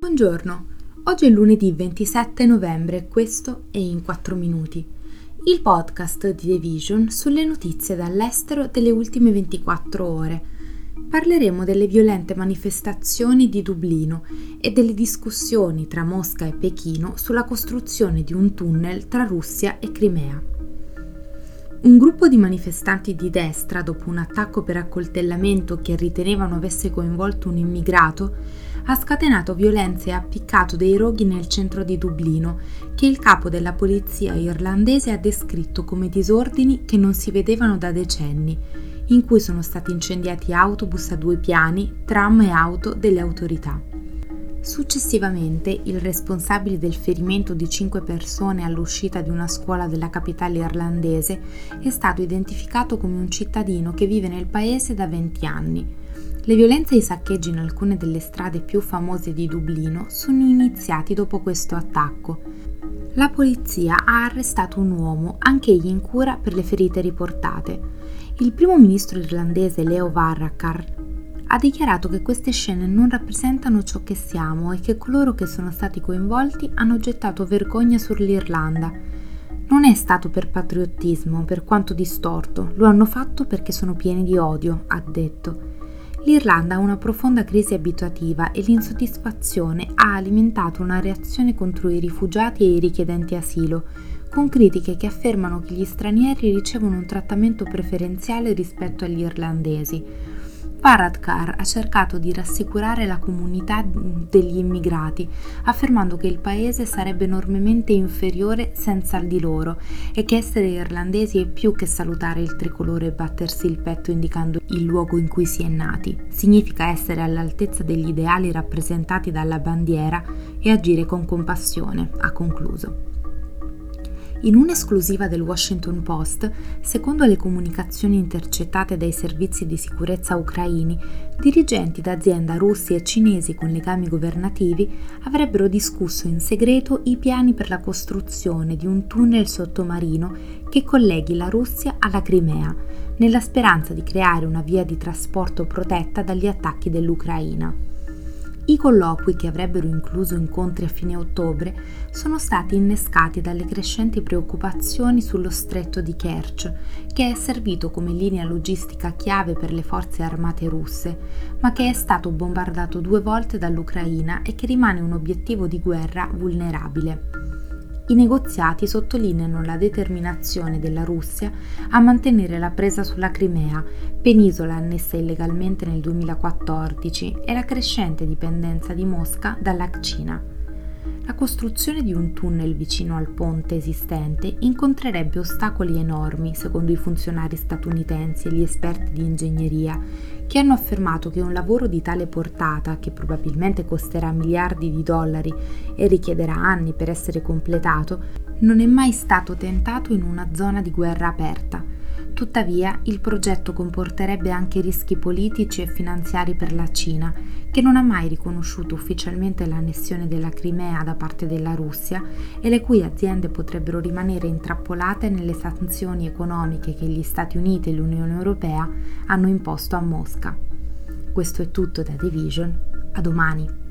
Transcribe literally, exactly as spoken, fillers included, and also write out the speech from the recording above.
Buongiorno, oggi è lunedì ventisette novembre e questo è In quattro minuti, il podcast di The Vision sulle notizie dall'estero delle ultime ventiquattro ore. Parleremo delle violente manifestazioni di Dublino e delle discussioni tra Mosca e Pechino sulla costruzione di un tunnel tra Russia e Crimea. Un gruppo di manifestanti di destra, dopo un attacco per accoltellamento che ritenevano avesse coinvolto un immigrato, ha scatenato violenze e ha appiccato dei roghi nel centro di Dublino, che il capo della polizia irlandese ha descritto come disordini che non si vedevano da decenni, in cui sono stati incendiati autobus a due piani, tram e auto delle autorità. Successivamente, il responsabile del ferimento di cinque persone all'uscita di una scuola della capitale irlandese è stato identificato come un cittadino che vive nel paese da venti anni. Le violenze e i saccheggi in alcune delle strade più famose di Dublino sono iniziati dopo questo attacco. La polizia ha arrestato un uomo, anch'egli in cura per le ferite riportate. Il primo ministro irlandese Leo Varadkar ha dichiarato che queste scene non rappresentano ciò che siamo e che coloro che sono stati coinvolti hanno gettato vergogna sull'Irlanda. Non è stato per patriottismo, per quanto distorto, lo hanno fatto perché sono pieni di odio, ha detto. L'Irlanda ha una profonda crisi abitativa e l'insoddisfazione ha alimentato una reazione contro i rifugiati e i richiedenti asilo, con critiche che affermano che gli stranieri ricevono un trattamento preferenziale rispetto agli irlandesi. Varadkar ha cercato di rassicurare la comunità degli immigrati, affermando che il paese sarebbe enormemente inferiore senza di loro e che essere irlandesi è più che salutare il tricolore e battersi il petto indicando il luogo in cui si è nati. Significa essere all'altezza degli ideali rappresentati dalla bandiera e agire con compassione, ha concluso. In un'esclusiva del Washington Post, secondo le comunicazioni intercettate dai servizi di sicurezza ucraini, dirigenti d'azienda russi e cinesi con legami governativi avrebbero discusso in segreto i piani per la costruzione di un tunnel sottomarino che colleghi la Russia alla Crimea, nella speranza di creare una via di trasporto protetta dagli attacchi dell'Ucraina. I colloqui, che avrebbero incluso incontri a fine ottobre, sono stati innescati dalle crescenti preoccupazioni sullo stretto di Kerch, che è servito come linea logistica chiave per le forze armate russe, ma che è stato bombardato due volte dall'Ucraina e che rimane un obiettivo di guerra vulnerabile. I negoziati sottolineano la determinazione della Russia a mantenere la presa sulla Crimea, penisola annessa illegalmente nel duemilaquattordici, e la crescente dipendenza di Mosca dalla Cina. La costruzione di un tunnel vicino al ponte esistente incontrerebbe ostacoli enormi, secondo i funzionari statunitensi e gli esperti di ingegneria, che hanno affermato che un lavoro di tale portata, che probabilmente costerà miliardi di dollari e richiederà anni per essere completato, non è mai stato tentato in una zona di guerra aperta. Tuttavia, il progetto comporterebbe anche rischi politici e finanziari per la Cina, che non ha mai riconosciuto ufficialmente l'annessione della Crimea da parte della Russia e le cui aziende potrebbero rimanere intrappolate nelle sanzioni economiche che gli Stati Uniti e l'Unione Europea hanno imposto a Mosca. Questo è tutto da The Vision. A domani.